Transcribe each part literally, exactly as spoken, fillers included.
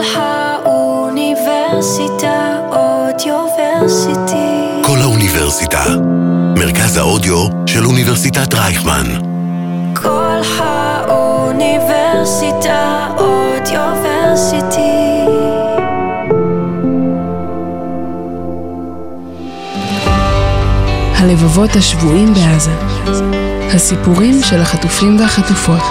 האוניברסיטה אודיוורסיטי. כל האוניברסיטה, מרכז האודיו של אוניברסיטת רייכמן. כל האוניברסיטה אודיוורסיטי. הלבבות השבויים בעזה. הסיפורים של החטופים והחטופות.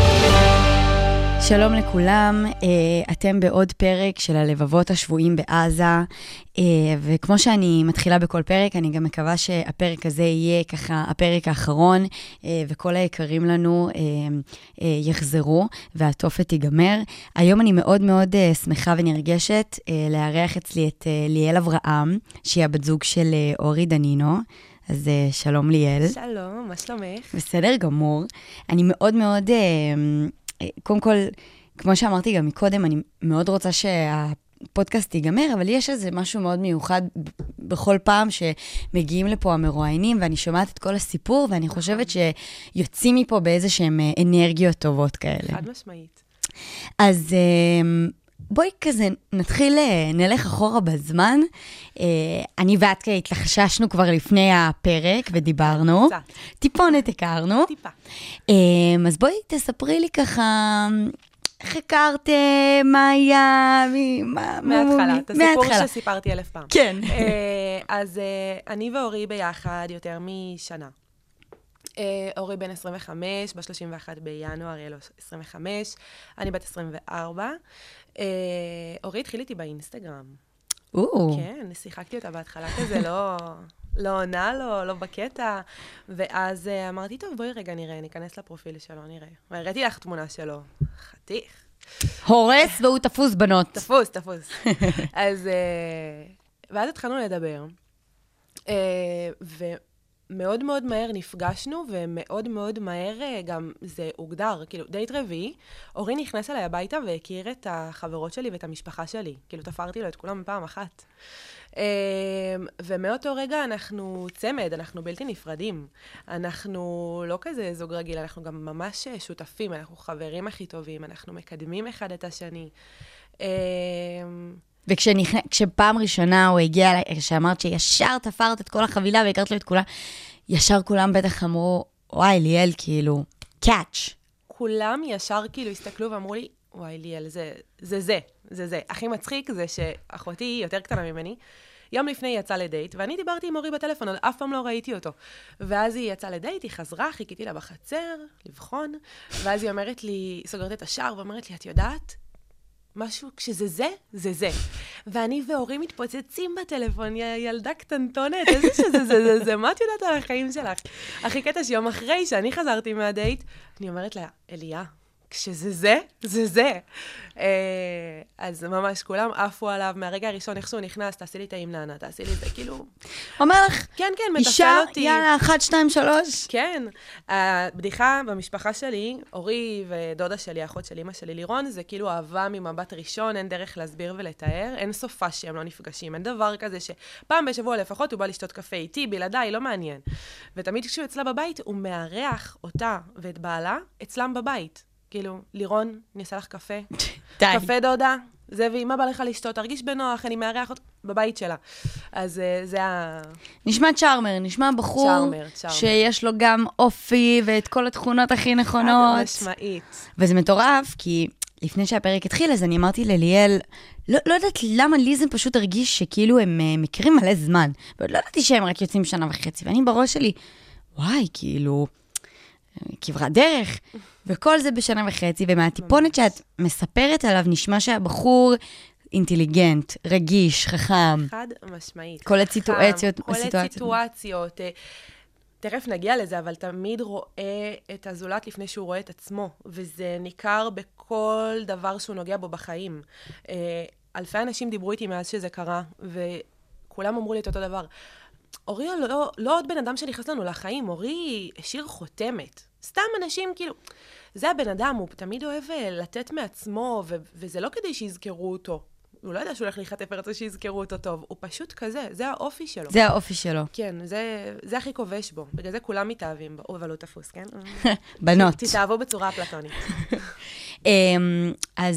שלום לכולם, אתם בעוד פרק של הלבבות השבויים בעזה, וכמו שאני מתחילה בכל פרק, אני גם מקווה שהפרק הזה יהיה ככה הפרק האחרון, וכל היקרים לנו יחזרו, והתופת ייגמר. היום אני מאוד מאוד שמחה ונרגשת לארח אצלי את ליאל אברהם, שהיא הבת זוג של אורי דנינו. אז שלום ליאל. שלום, מה שלומך? בסדר גמור. אני מאוד מאוד... קודם כל, כמו שאמרתי גם מקודם, אני מאוד רוצה שהפודקאסט ייגמר, אבל יש איזה משהו מאוד מיוחד בכל פעם שמגיעים לפה המרואיינים, ואני שומעת את כל הסיפור, ואני חושבת שיוצאים מפה באיזה שהם אנרגיות טובות כאלה. חד משמעית. אז בואי כזה נתחיל, נלך אחורה בזמן. אני ואת התלחששנו כבר לפני הפרק ודיברנו. קצת. טיפונת הכרנו. טיפה. אז בואי תספרי לי ככה, איך הכרתם, מה היה, מההתחלה, את הסיפור שסיפרתי אלף פעם. כן. אז אני ואורי ביחד יותר משנה. אורי בן עשרים וחמש, ב-שלושים ואחד בינואר יהיה לו עשרים וחמש, אני בת עשרים וארבע. אורי התחיל איתי באינסטגרם. כן, שיחקתי אותה בהתחלה כזה, לא... לא עונה לו, לא בקטע, ואז uh, אמרתי, טוב, בואי רגע נראה, ניכנס לפרופיל שלו, נראה. והראיתי לך תמונה שלו, חתיך. הורס והוא תפוס בנות. תפוס, תפוס. אז, uh, ואז התחלנו לדבר, uh, ומאוד מאוד מהר נפגשנו, ומאוד מאוד מהר uh, גם זה הוגדר, כאילו, דייט רביעי, אורי נכנס אליי הביתה והכיר את החברות שלי ואת המשפחה שלי, כאילו, תפרתי לו את כולם פעם אחת. ומאותו רגע אנחנו צמד, אנחנו בלתי נפרדים. אנחנו לא כזה זוג רגיל, אנחנו גם ממש שותפים, אנחנו חברים הכי טובים, אנחנו מקדמים אחד את השני. וכשפעם ראשונה הוא הגיע, כשאמרת שישר תפרת את כל החבילה והכרת לו את כולה, ישר כולם בטח אמרו, וואי, ליאל, כאילו, קאץ'. כולם ישר כאילו הסתכלו ואמרו לי, וואי, ליאל, זה זה, זה, זה זה. הכי מצחיק זה שאחותי היא יותר קטנה ממני, יום לפני היא יצאה לדייט, ואני דיברתי עם אורי בטלפון, עוד אף פעם לא ראיתי אותו. ואז היא יצאה לדייט, היא חזרה, חיכיתי לה בחצר, לבחון, ואז היא אומרת לי, סוגרת את השער, ואומרת לי, את יודעת? משהו, כשזה זה, זה זה. ואני ואורי מתפוצצים בטלפון, ילדה קטנטונת, איזה שזה, זה, זה, זה, מה את יודעת על החיים שלך? הכי קטע שיום אחרי שאני חזרתי מהדייט, אני אומרת לה, אליה, כשזה זה, זה זה. אז ממש כולם עפו עליו, מהרגע הראשון, איך שהוא נכנס, תעשי לי את האמננה, תעשי לי את זה, כאילו... אומר לך, כן, כן, מתפעל אישה, אותי. יאללה, אחת, שתיים, שלוש. כן. הבדיחה במשפחה שלי, אורי ודודה שלי, האחות של אמא שלי, לירון, זה כאילו אהבה ממבט ראשון, אין דרך להסביר ולתאר, אין סופה שהם לא נפגשים, אין דבר כזה שפעם בשבוע לפחות הוא בא לשתות קפה איתי, בלעדיי, לא מעניין. ותמיד כשהוא אצלה בבית, הוא מארח אותה ואת בעלה אצלם בבית. כאילו, לירון, אני אעשה לך קפה. קפה דודה, זה ואמא בא לך לשתות, תרגיש בנוח, אני מארח אותך בבית שלה. אז זה ה... נשמע צ'ארמר, נשמע בחור צ'ארמר, צ'ארמר. שיש לו גם אופי ואת כל התכונות הכי נכונות. חד משמעית. וזה מטורף, כי לפני שהפרק התחיל, אז אני אמרתי לליאל, לא, לא יודעת למה לי זה פשוט הרגיש שכאילו הם uh, מכירים מלא זמן. ולא ידעתי שהם רק יוצאים שנה וחצי, ואני בראש שלי, וואי, כאילו... כברת דרך, וכל זה בשנה וחצי, ומהטיפונת שאת מספרת עליו, נשמע שהבחור אינטליגנט, רגיש, חכם. חד משמעית. כל הסיטואציות. כל הסיטואציות. תכף נגיע לזה, אבל תמיד רואה את הזולת לפני שהוא רואה את עצמו, וזה ניכר בכל דבר שהוא נוגע בו בחיים. אלפי אנשים דיברו איתי מאז שזה קרה, וכולם אמרו לי את אותו דבר. אורי לא, לא עוד בן אדם שנכנס לנו לחיים, אורי השאיר חותמת. סתם אנשים כאילו, זה הבן אדם, הוא תמיד אוהב לתת מעצמו, ו- וזה לא כדי שיזכרו אותו. הוא לא יודע שהוא הולך להיחטף ורצה שיזכרו אותו טוב, הוא פשוט כזה, זה האופי שלו. זה האופי שלו. כן, זה, זה הכי כובש בו, בגלל זה כולם מתאהבים בו, אבל הוא תפוס, כן? בנות. תתאהבו בצורה אפלטונית. אז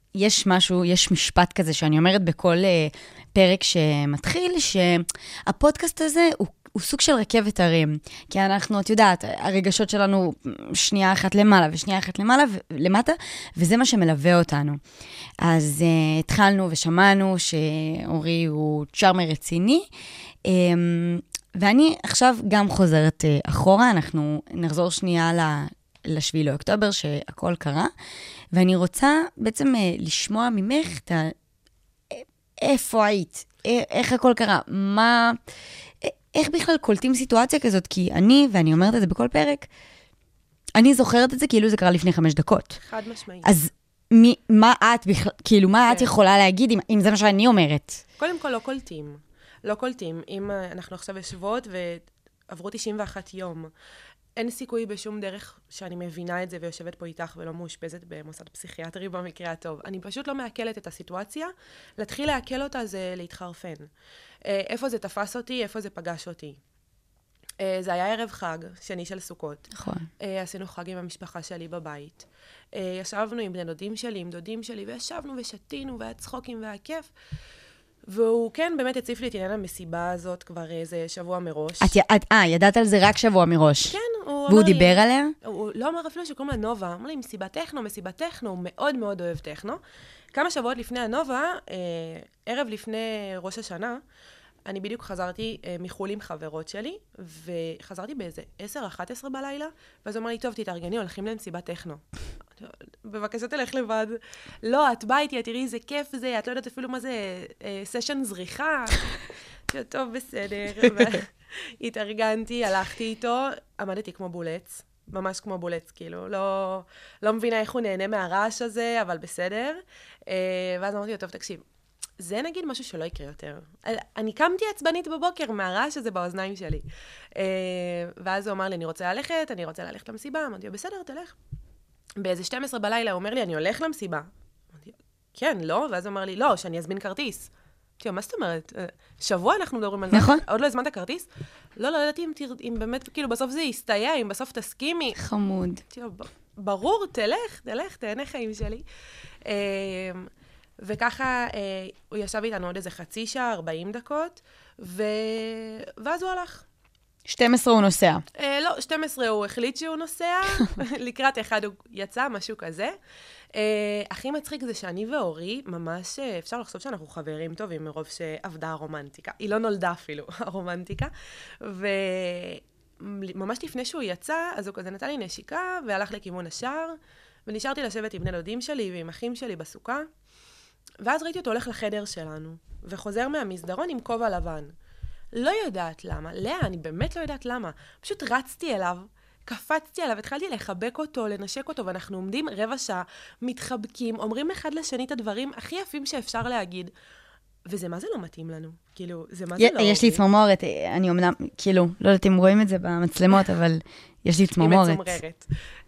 יש משהו, יש משפט כזה שאני אומרת בכל uh, פרק שמתחיל, שהפודקאסט הזה הוא, הוא סוג של רכבת הרים. כי אנחנו, את יודעת, הרגשות שלנו שנייה אחת למעלה ושנייה אחת למעלה ולמטה, וזה מה שמלווה אותנו. אז uh, התחלנו ושמענו שאורי הוא צ'ארמר רציני, um, ואני עכשיו גם חוזרת uh, אחורה, אנחנו נחזור שנייה ל... לשביעי לאוקטובר, שהכל קרה, ואני רוצה בעצם לשמוע ממך את ה... איפה היית? איך הכל קרה? מה... איך בכלל קולטים סיטואציה כזאת? כי אני, ואני אומרת את זה בכל פרק, אני זוכרת את זה כאילו זה קרה לפני חמש דקות. חד משמעית. אז מי, מה את בכלל, כאילו, מה את יכולה להגיד אם, אם זה מה שאני אומרת? קודם כל, לא קולטים. לא קולטים. אם אנחנו עכשיו יושבות ועברו תשעים ואחד יום, אין סיכוי בשום דרך שאני מבינה את זה ויושבת פה איתך ולא מאושפזת במוסד פסיכיאטרי במקרה הטוב. אני פשוט לא מעכלת את הסיטואציה. להתחיל לעכל אותה זה להתחרפן. איפה זה תפס אותי, איפה זה פגש אותי. זה היה ערב חג, שני של סוכות. נכון. עשינו חג עם המשפחה שלי בבית. ישבנו עם בני דודים שלי, עם דודים שלי, וישבנו ושתינו, והיה צחוקים והיה כיף. והוא כן באמת הציף לי את עניין המסיבה הזאת כבר איזה שבוע מראש. את, את, אה, ידעת על זה רק שבוע מראש. כן, הוא והוא אמר לי... דיבר עליה? הוא לא אמר אפילו שקוראים לה נובה. אמר לי, מסיבת טכנו, מסיבת טכנו, הוא מאוד מאוד אוהב טכנו. כמה שבועות לפני הנובה, אה, ערב לפני ראש השנה, אני בדיוק חזרתי אה, מחול עם חברות שלי, וחזרתי באיזה עשר אחת עשרה בלילה, ואז הוא אמר לי, טוב, תתארגני, הולכים למסיבת טכנו. בבקשה תלך לבד. לא, את באה איתי, תראי איזה כיף זה, את לא יודעת אפילו מה זה אה, סשן זריחה. טוב, בסדר. התארגנתי, הלכתי איתו, עמדתי כמו בולץ, ממש כמו בולץ, כאילו, לא, לא מבינה איך הוא נהנה מהרעש הזה, אבל בסדר. אה, ואז אמרתי לו, טוב, תקשיב, זה נגיד משהו שלא יקרה יותר. אני קמתי עצבנית בבוקר מהרעש הזה באוזניים שלי. אה, ואז הוא אמר לי, אני רוצה ללכת, אני רוצה ללכת למסיבה. אמרתי לו, בסדר, תלך. באיזה שתים עשרה בלילה הוא אומר לי, אני הולך למסיבה. אמרתי, כן, לא? ואז הוא אומר לי, לא, שאני אזמין כרטיס. אמרתי, מה זאת אומרת? שבוע אנחנו מדברים על זה. נכון. עוד לא הזמנת כרטיס? לא, לא ידעתי אם, אם באמת, כאילו, בסוף זה יסתייע, אם בסוף תסכימי. חמוד. אמרתי לו, ברור, תלך, תלך, תהנה חיים שלי. וככה הוא ישב איתנו עוד איזה חצי שעה, ארבעים דקות, ו... ואז הוא הלך. שתים עשרה הוא נוסע. אה, לא, שתים עשרה הוא החליט שהוא נוסע, לקראת אחד הוא יצא, משהו כזה. אה, הכי מצחיק זה שאני ואורי, ממש אפשר לחשוב שאנחנו חברים טובים מרוב שעבדה הרומנטיקה. היא לא נולדה אפילו, הרומנטיקה. וממש לפני שהוא יצא, אז הוא כזה נתן לי נשיקה, והלך לכיוון השער, ונשארתי לשבת עם בני דודים שלי ועם אחים שלי בסוכה. ואז ראיתי אותו הולך לחדר שלנו, וחוזר מהמסדרון עם כובע לבן. לא יודעת למה, לאה, אני באמת לא יודעת למה. פשוט רצתי אליו, קפצתי עליו, התחלתי לחבק אותו, לנשק אותו, ואנחנו עומדים רבע שעה, מתחבקים, אומרים אחד לשני את הדברים הכי יפים שאפשר להגיד, וזה מה זה לא מתאים לנו? כאילו, זה מה זה לא... יש לי צמרמורת, אני אמנם, כאילו, לא יודעת אם רואים את זה במצלמות, אבל יש לי צמרמורת. היא מצומררת.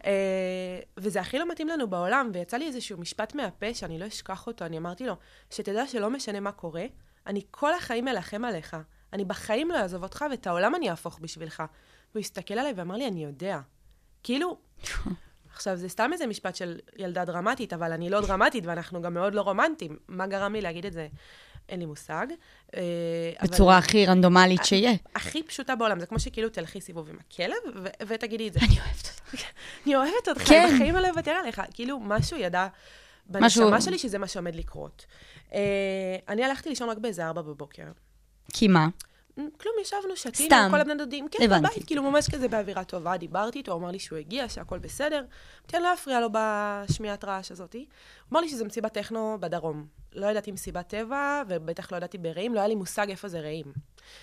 וזה הכי לא מתאים לנו בעולם, ויצא לי איזשהו משפט מהפה שאני לא אשכח אותו, אני אמרתי לו, שתדע שלא משנה מה קורה, אני כל החיים מלחם עליך. אני בחיים לא אעזוב אותך, ואת העולם אני אהפוך בשבילך. והוא הסתכל עליי ואמר לי, אני יודע. כאילו, עכשיו, זה סתם איזה משפט של ילדה דרמטית, אבל אני לא דרמטית, ואנחנו גם מאוד לא רומנטיים. מה גרם לי להגיד את זה? אין לי מושג. בצורה הכי רנדומלית שיהיה. הכי פשוטה בעולם. זה כמו שכאילו תלכי סיבוב עם הכלב, ותגידי את זה. אני אוהבת אותך. אני אוהבת אותך, בחיים לא לוותר עליך. כאילו, משהו ידע בנשמה שלי שזה מה שעומד לקרות. אני הלכתי לישון רק באיזה ארבע בבוקר. כי מה? כלום, ישבנו, שתינו, סתם. כל הבני דודים. כן, בבית, כאילו ממש כזה באווירה טובה. דיברתי איתו, הוא אמר לי שהוא הגיע, שהכל בסדר. תן לא להפריע לו בשמיעת רעש הזאת. הוא אמר לי שזה מסיבת טכנו בדרום. לא ידעתי מסיבת טבע, ובטח לא ידעתי ברעים, לא היה לי מושג איפה זה רעים.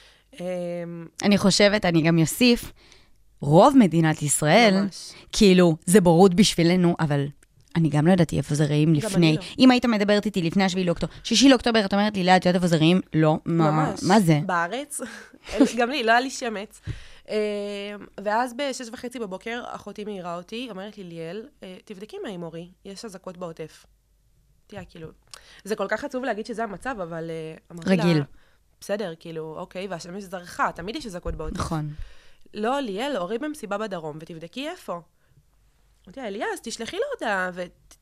אני חושבת, אני גם יוסיף, רוב מדינת ישראל, כאילו, זה בורות בשבילנו, אבל... אני גם לא ידעתי איפה זה רעים לפני. לא. אם היית מדברת איתי לפני השביעי לאוקטובר, שישי לאוקטובר, את אומרת לי, לא, את יודעת איפה זה רעים? לא. ממש. מה זה? בארץ. גם לי, לא היה לי שמץ. ואז בשש וחצי בבוקר, אחותי מהירה אותי, אומרת לי, ליאל, תבדקי מה עם אורי, יש אזעקות בעוטף. תהיה, כאילו, זה כל כך עצוב להגיד שזה המצב, אבל אמרתי לה... רגיל. בסדר, כאילו, אוקיי, והשמש זרחה, תמיד יש אזעקות בעוטף. נכון. לא, ליאל, אורי במסיבה בדרום, ותבדקי איפה. אמרתי, אליאס, תשלחי לו אותה,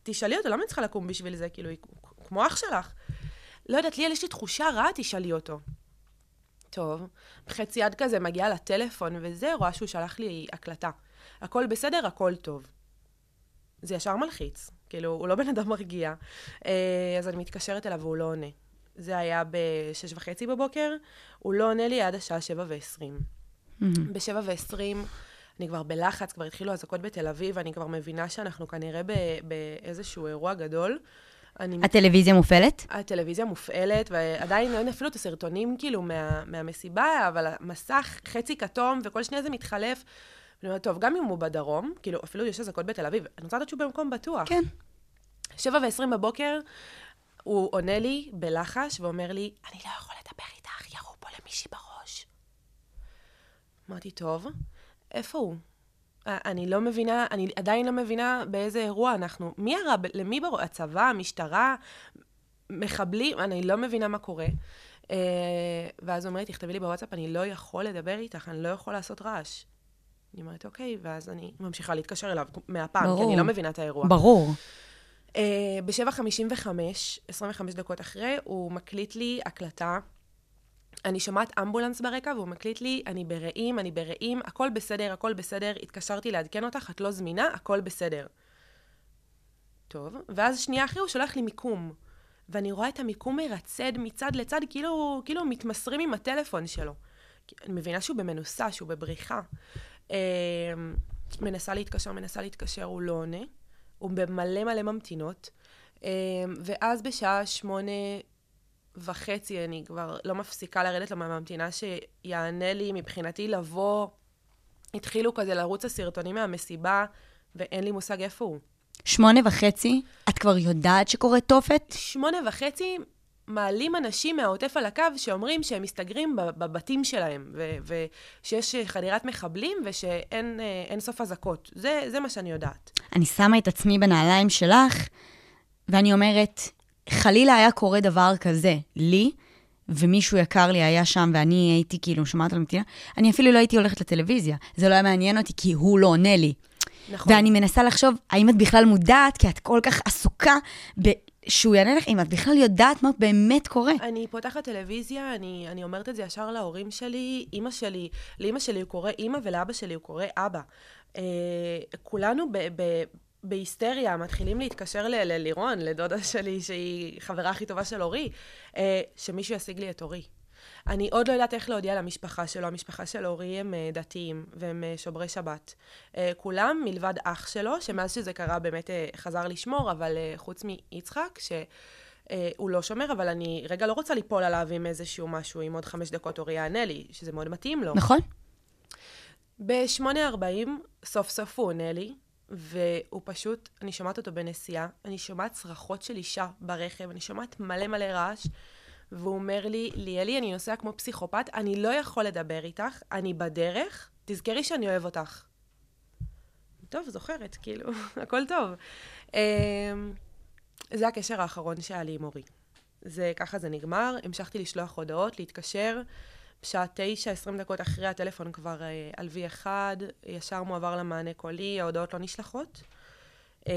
תשאלי אותו, למה אני צריכה לקום בשביל זה? כאילו, כמו אח שלך. לא יודעת, לי יש לי תחושה רעה, תשאלי אותו. טוב, בחצי יד כזה מגיעה לטלפון וזה, רואה שהוא שלח לי הקלטה. הכל בסדר, הכל טוב. זה ישר מלחיץ, כאילו, הוא לא בן אדם מרגיע. אז אני מתקשרת אליו והוא לא עונה. זה היה בשש וחצי בבוקר, הוא לא עונה לי עד השעה שבע ועשרים. בשבע ועשרים אני כבר בלחץ, כבר התחילו הזקות בתל אביב, אני כבר מבינה שאנחנו כנראה באיזשהו אירוע גדול. הטלוויזיה מופעלת? הטלוויזיה מופעלת, ועדיין אין אפילו את הסרטונים כאילו מה, מהמסיבה, אבל המסך חצי כתום, וכל שנייה זה מתחלף. ואני אומרת, טוב, גם אם הוא בדרום, כאילו אפילו יש הזקות בתל אביב, אני רוצה לדעת שהוא במקום בטוח. כן. שבע ועשרים בבוקר, הוא עונה לי בלחש, ואומר לי, אני לא יכול לדבר איתך, ירו פה למישהי בראש. אמרתי, טוב, איפה הוא? אני לא מבינה, אני עדיין לא מבינה באיזה אירוע אנחנו. מי הרע? למי בראש? הצבא, המשטרה, מחבלים? אני לא מבינה מה קורה. ואז הוא אומר לי, תכתבי לי בוואטסאפ, אני לא יכול לדבר איתך, אני לא יכול לעשות רעש. אני אומרת, אוקיי, ואז אני ממשיכה להתקשר אליו מהפעם, ברור. כי אני לא מבינה את האירוע. ברור. ב-שבע חמישים וחמש, עשרים וחמש דקות אחרי, הוא מקליט לי הקלטה. אני שומעת אמבולנס ברקע, והוא מקליט לי, אני ברעים, אני ברעים, הכל בסדר, הכל בסדר, התקשרתי לעדכן אותך, את לא זמינה, הכל בסדר. טוב, ואז שנייה אחרי הוא שולח לי מיקום, ואני רואה את המיקום מרצד מצד לצד, כאילו, כאילו מתמסרים עם הטלפון שלו. אני מבינה שהוא במנוסה, שהוא בבריחה. מנסה להתקשר, מנסה להתקשר, הוא לא עונה. הוא במלא מלא ממתינות. ואז בשעה שמונה וחצי, אני כבר לא מפסיקה לרדת לו מהממתינה שיענה לי מבחינתי לבוא. התחילו כזה לרוץ הסרטונים מהמסיבה, ואין לי מושג איפה הוא. שמונה וחצי? את כבר יודעת שקוראת תופת? שמונה וחצי מעלים אנשים מהעוטף על הקו שאומרים שהם מסתגרים בבתים שלהם, ושיש חדירת מחבלים ושאין אין סוף הזקות. זה, זה מה שאני יודעת. אני שמה את עצמי בנעליים שלך, ואני אומרת, חלילה היה קורה דבר כזה לי, ומישהו יקר לי היה שם, ואני הייתי כאילו שומעת על המתינה, אני אפילו לא הייתי הולכת לטלוויזיה. זה לא היה מעניין אותי, כי הוא לא עונה לי. נכון. ואני מנסה לחשוב, האם את בכלל מודעת, כי את כל כך עסוקה ב... שהוא יענה לך, אם את בכלל יודעת מה באמת קורה. אני פותחת טלוויזיה, אני, אני אומרת את זה ישר להורים שלי, אמא שלי, לאמא שלי הוא קורא אמא, ולאבא שלי הוא קורא אבא. אה, כולנו ב... ב בהיסטריה, מתחילים להתקשר ללירון, לדודה שלי, שהיא חברה הכי טובה של אורי, שמישהו ישיג לי את אורי. אני עוד לא יודעת איך להודיע למשפחה שלו. המשפחה של אורי הם דתיים, והם שומרי שבת. כולם מלבד אח שלו, שמאז שזה קרה באמת חזר לשמור, אבל חוץ מיצחק, שהוא לא שומר, אבל אני רגע לא רוצה ליפול עליו עם איזשהו משהו, עם עוד חמש דקות אורי יענה לי, שזה מאוד מתאים לו. נכון. ב-שמונה ארבעים, סוף סוף הוא עונה לי, והוא פשוט, אני שומעת אותו בנסיעה, אני שומעת צרחות של אישה ברכב, אני שומעת מלא מלא רעש, והוא אומר לי, ליאלי, אני נוסע כמו פסיכופת, אני לא יכול לדבר איתך, אני בדרך, תזכרי שאני אוהב אותך. טוב, זוכרת, כאילו, הכל טוב. זה הקשר האחרון שהיה לי עם אורי. זה, ככה זה נגמר, המשכתי לשלוח הודעות, להתקשר, בשעה תשע, עשרים דקות אחרי הטלפון כבר אה, על וי אחד, ישר מועבר למענה קולי, ההודעות לא נשלחות. אה,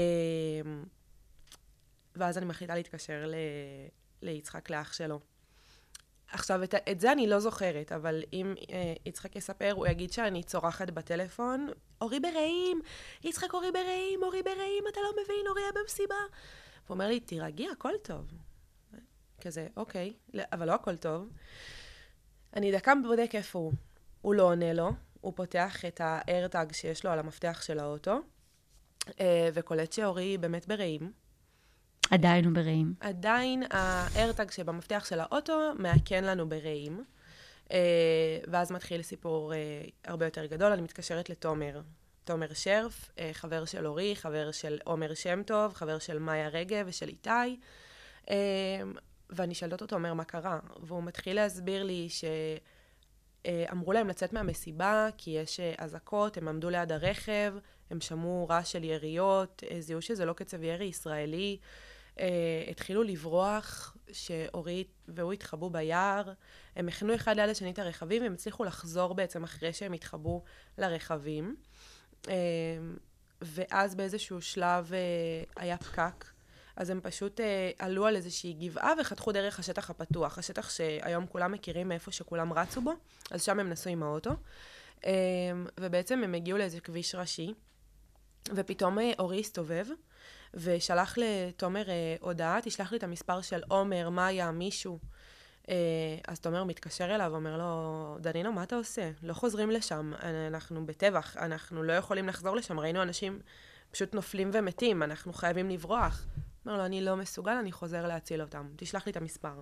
ואז אני מחליטה להתקשר ל... ליצחק, לאח שלו. עכשיו, את, את זה אני לא זוכרת, אבל אם אה, יצחק יספר, הוא יגיד שאני צורחת בטלפון, אורי ברעים, יצחק אורי ברעים, אורי ברעים, אתה לא מבין, אורי היה במסיבה. הוא אומר לי, תירגעי, הכל טוב. כזה, אוקיי, אבל לא הכל טוב. אני דקה בודק איפה הוא. הוא לא עונה לו, הוא פותח את האיירטאג שיש לו על המפתח של האוטו, וקולט שאורי באמת ברעים. עדיין הוא ברעים. עדיין האיירטאג שבמפתח של האוטו מאכן לנו ברעים, ואז מתחיל סיפור הרבה יותר גדול. אני מתקשרת לתומר, תומר שרף, חבר של אורי, חבר של עומר שם טוב, חבר של מאיה רגב ושל איתי, ואני שאלת אותו, אומר, מה קרה? והוא מתחיל להסביר לי שאמרו להם לצאת מהמסיבה, כי יש אזעקות, הם עמדו ליד הרכב, הם שמעו רעש של יריות, זיהו שזה לא קצב ירי ישראלי, התחילו לברוח, שאורי והוא התחבאו ביער, הם הכנו אחד ליד השני את הרכבים, והם הצליחו לחזור בעצם אחרי שהם התחבאו לרכבים. ואז באיזשהו שלב היה פקק, אז הם פשוט עלו על איזושהי גבעה וחתכו דרך השטח הפתוח, השטח שהיום כולם מכירים מאיפה שכולם רצו בו, אז שם הם נסעו עם האוטו, ובעצם הם הגיעו לאיזה כביש ראשי, ופתאום אורי הסתובב, ושלח לתומר הודעה, תשלח לי את המספר של עומר, מאיה, מישהו. אז תומר מתקשר אליו, אומר לו, דנינו, מה אתה עושה? לא חוזרים לשם, אנחנו בטבח, אנחנו לא יכולים לחזור לשם, ראינו אנשים פשוט נופלים ומתים, אנחנו חייבים לברוח. אומר לו, אני לא מסוגל, אני חוזר להציל אותם, תשלח לי את המספר.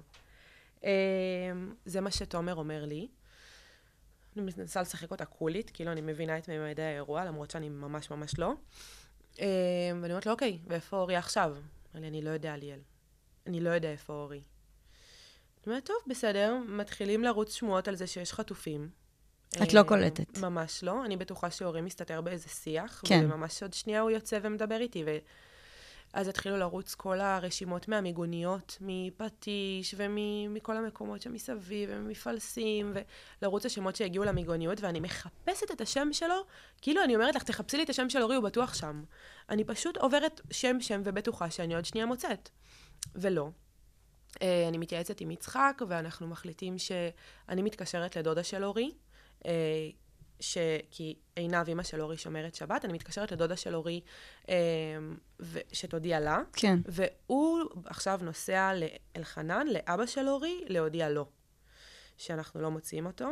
זה מה שתומר אומר לי. אני מנסה לשחק אותה קולית, כאילו אני מבינה את ממדי האירוע, למרות שאני ממש ממש לא. ואני אומרת לו, אוקיי, ואיפה אורי עכשיו? אני לא יודע, ליאל. אני לא יודע איפה אורי. אני אומרת, טוב, בסדר, מתחילים לרוץ שמועות על זה שיש חטופים. את לא קולטת. ממש לא. אני בטוחה שאורי מסתתר באיזה שיח, כן. וממש עוד שנייה הוא יוצא ומדבר איתי, ואז התחילו לרוץ כל הרשימות מהמיגוניות, מפטיש ומכל המקומות שמסביב, ומפלסים, ולרוץ השמות שהגיעו למיגוניות, ואני מחפשת את השם שלו, כאילו אני אומרת לך, תחפשי לי את השם של אורי, הוא בטוח שם. אני פשוט עוברת שם שם ובטוחה שאני עוד שנייה מוצאת. ולא. אני מתייעצת עם יצחק, ואנחנו מחליטים שאני מתקשרת לדודה של אורי, ש... כי עינב, אמא של אורי, שומרת שבת, אני מתקשרת לדודה של אורי, ו... שתודיע לה, כן. והוא עכשיו נוסע לאלחנן, לאבא של אורי, להודיע לו, שאנחנו לא מוצאים אותו.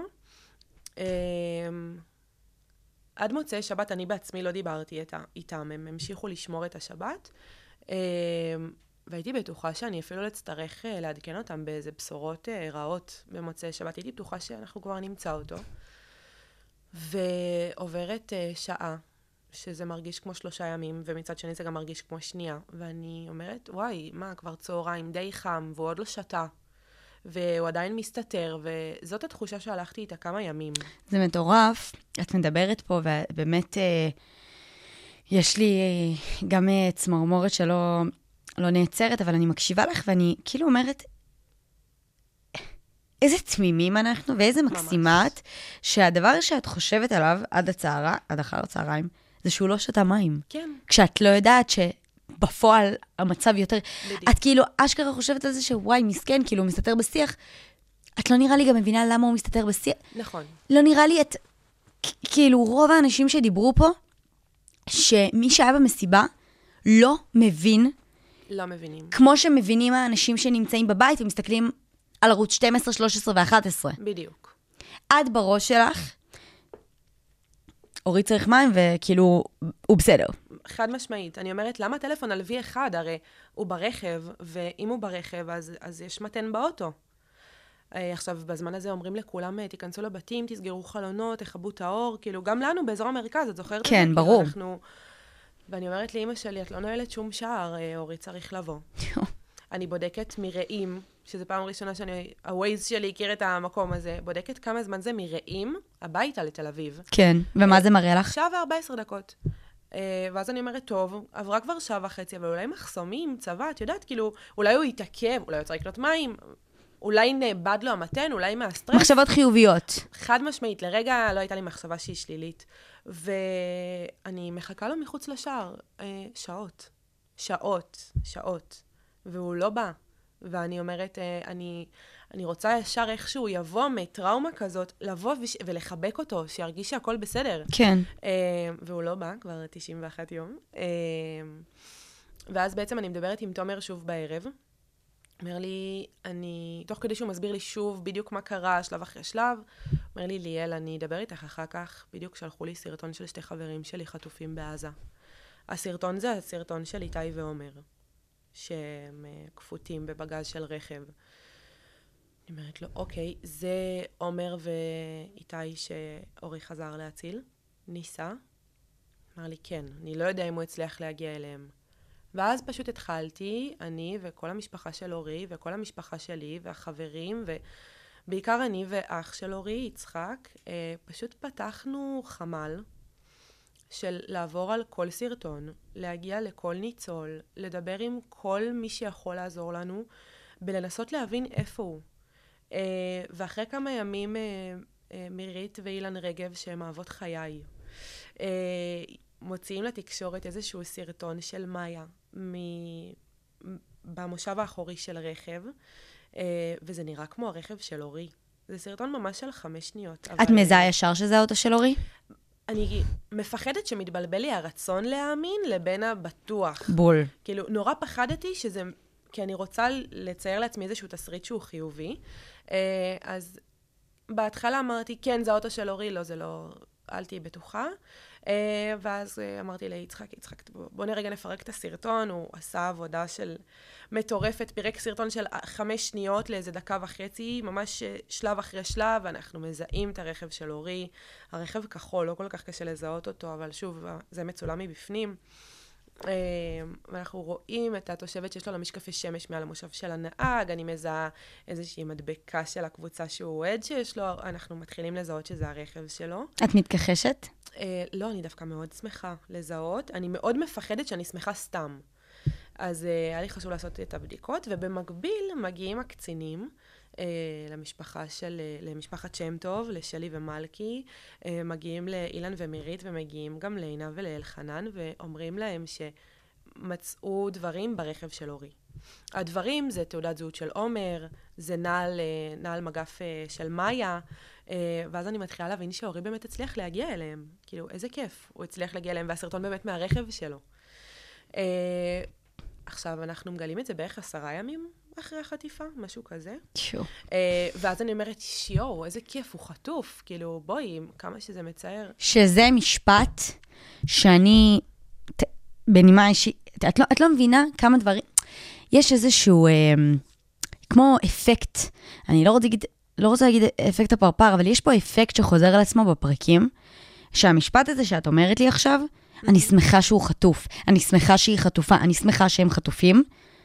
עד מוצאי שבת, אני בעצמי לא דיברתי איתם, הם המשיכו לשמור את השבת, והייתי בטוחה שאני אפילו לא אצטרך לעדכן אותם באיזה בשורות רעות במוצאי שבת. הייתי בטוחה שאנחנו כבר נמצא אותו. ועוברת שעה, שזה מרגיש כמו שלושה ימים, ומצד שני זה גם מרגיש כמו שנייה. ואני אומרת, וואי, מה, כבר צהריים די חם, והוא עוד לא שתה, והוא עדיין מסתתר, וזאת התחושה שהלכתי איתה כמה ימים. זה מטורף. את מדברת פה, ובאמת יש לי גם צמרמורת שלא... לא נעצרת, אבל אני מקשיבה לך, ואני כאילו אומרת, איזה תמימים אנחנו, ואיזה מקסימת, שהדבר שאת חושבת עליו עד הצהרה, עד אחר הצהריים, זה שהוא לא שתה מים. כן. כשאת לא יודעת שבפועל המצב יותר... בדיוק. את כאילו אשכרה חושבת על זה שוואי, מסכן, כאילו הוא מסתתר בשיח, את לא נראה לי גם מבינה למה הוא מסתתר בשיח. נכון. לא נראה לי את... כאילו רוב האנשים שדיברו פה, שמי שהיה במסיבה, לא מבין... לא מבינים. כמו שמבינים האנשים שנמצאים בבית ומסתכלים על ערוץ שתים עשרה, שלוש עשרה ואחת עשרה. בדיוק. עד בראש שלך, אורי צריך מים וכאילו, הוא בסדר. חד משמעית. אני אומרת, למה הטלפון על וי אחד? הרי הוא ברכב, ואם הוא ברכב, אז, אז יש מתן באוטו. עכשיו, בזמן הזה אומרים לכולם, תיכנסו לבתים, תסגרו חלונות, תחבו את האור, כאילו, גם לנו באזור המרכז, את זוכרת? כן, את ברור. אנחנו... ואני אומרת לאמא שלי, את לא נועלת שום שער, אורי צריך לבוא. אני בודקת מרעים, שזו פעם ראשונה שאני, הווייז שלי הכיר את המקום הזה, בודקת כמה זמן זה מרעים הביתה לתל אביב. כן, ומה זה מראה לך? שעה וארבע עשרה דקות. ואז אני אומרת, טוב, עברה כבר שעה וחצי, אבל אולי מחסומים, צבא, את יודעת, כאילו, אולי הוא יתעכב, אולי הוא צריך לקנות מים, אולי נאבד לו המתן, אולי מהסטרס. מחשבות חיוביות. חד משמעית, לרגע לא הייתה לי מחשבה שהיא שלילית. ואני מחכה לו מחוץ לשער, שעות, שעות, שעות, והוא לא בא. ואני אומרת, אני, אני רוצה ישר איכשהו יבוא מטראומה כזאת, לבוא וש, ולחבק אותו, שירגיש שהכל בסדר. כן. והוא לא בא, כבר תשעים ואחד יום. ואז בעצם אני מדברת עם תומר שוב בערב, אומר לי, אני, תוך כדי שהוא מסביר לי שוב בדיוק מה קרה, שלב אחרי שלב, אומר לי, ליאל, אני אדבר איתך אחר כך, בדיוק שלחו לי סרטון של שתי חברים שלי חטופים בעזה. הסרטון זה הסרטון של איתי ועומר, שהם כפותים בבגז של רכב. אני אומרת לו, אוקיי, זה עומר ואיתי שאורי חזר להציל, ניסה. אמר לי, כן, אני לא יודע אם הוא הצליח להגיע אליהם. ואז פשוט התחלתי, אני וכל המשפחה של אורי, וכל המשפחה שלי, והחברים, ובעיקר אני ואח של אורי, יצחק, פשוט פתחנו חמ"ל של לעבור על כל סרטון, להגיע לכל ניצול, לדבר עם כל מי שיכול לעזור לנו, בלנסות להבין איפה הוא. ואחרי כמה ימים, מירית ואילן רגב, שהם אהבות חיי, מוציאים לתקשורת איזשהו סרטון של מאיה מ- במושב האחורי של רכב, וזה נראה כמו הרכב של אורי. זה סרטון ממש של חמש שניות. את מזהה ישר שזה האוטו של אורי? אני מפחדת שמתבלבל לי הרצון להאמין לבין הבטוח. בול. כאילו, נורא פחדתי שזה, כי אני רוצה לצייר לעצמי איזשהו תסריט שהוא חיובי. אז בהתחלה אמרתי, כן, זה האוטו של אורי, לא, זה לא, אל תהי בטוחה. ואז אמרתי ליצחק, יצחק, בוא נרגע נפרק את הסרטון, הוא עשה עבודה של מטורפת, פירק סרטון של חמש שניות לאיזה דקה וחצי, ממש שלב אחרי שלב, ואנחנו מזהים את הרכב של אורי, הרכב כחול, לא כל כך קשה לזהות אותו, אבל שוב, זה מצולם מבפנים, ואנחנו רואים את התושבת שיש לו למשקפי שמש מעל המושב של הנהג, אני מזהה איזושהי מדבקה של הקבוצה שהוא אוהד שיש לו, אנחנו מתחילים לזהות שזה הרכב שלו. את מתכחשת? לא, אני דווקא מאוד שמחה לזהות. אני מאוד מפחדת שאני שמחה סתם. אז היה לי חשוב לעשות את הבדיקות, ובמקביל מגיעים הקצינים למשפחה של, למשפחת שם טוב, לשלי ומלכי, מגיעים לאילן ומירית, ומגיעים גם לעינה ולאלחנן, ואומרים להם שמצאו דברים ברכב של אורי. הדברים זה תעודת זהות של עומר, זה נעל, נעל מגף של מאיה, ואז אני מתחילה להבין שאורי באמת הצליח להגיע אליהם. כאילו, איזה כיף. הוא הצליח להגיע אליהם, והסרטון באמת מהרכב שלו. עכשיו, אנחנו מגלים את זה בערך עשרה ימים אחרי החטיפה, משהו כזה. שו. ואז אני אומרת, שיו, איזה כיף, הוא חטוף. כאילו, בואי, כמה שזה מצער. שזה משפט שאני, בנימה אישית, את לא, את לא מבינה כמה דברים, יש איזשהו, כמו אפקט, אני לא רוצה להגיד, לא רוצה להגיד אפקט הפרפר, אבל יש פה אפקט שחוזר על עצמו בפרקים, שהמשפט הזה שאת אומרת לי עכשיו, אני שמחה שהוא חטוף, אני שמחה שהיא חטופה, אני שמחה שהם חטופים.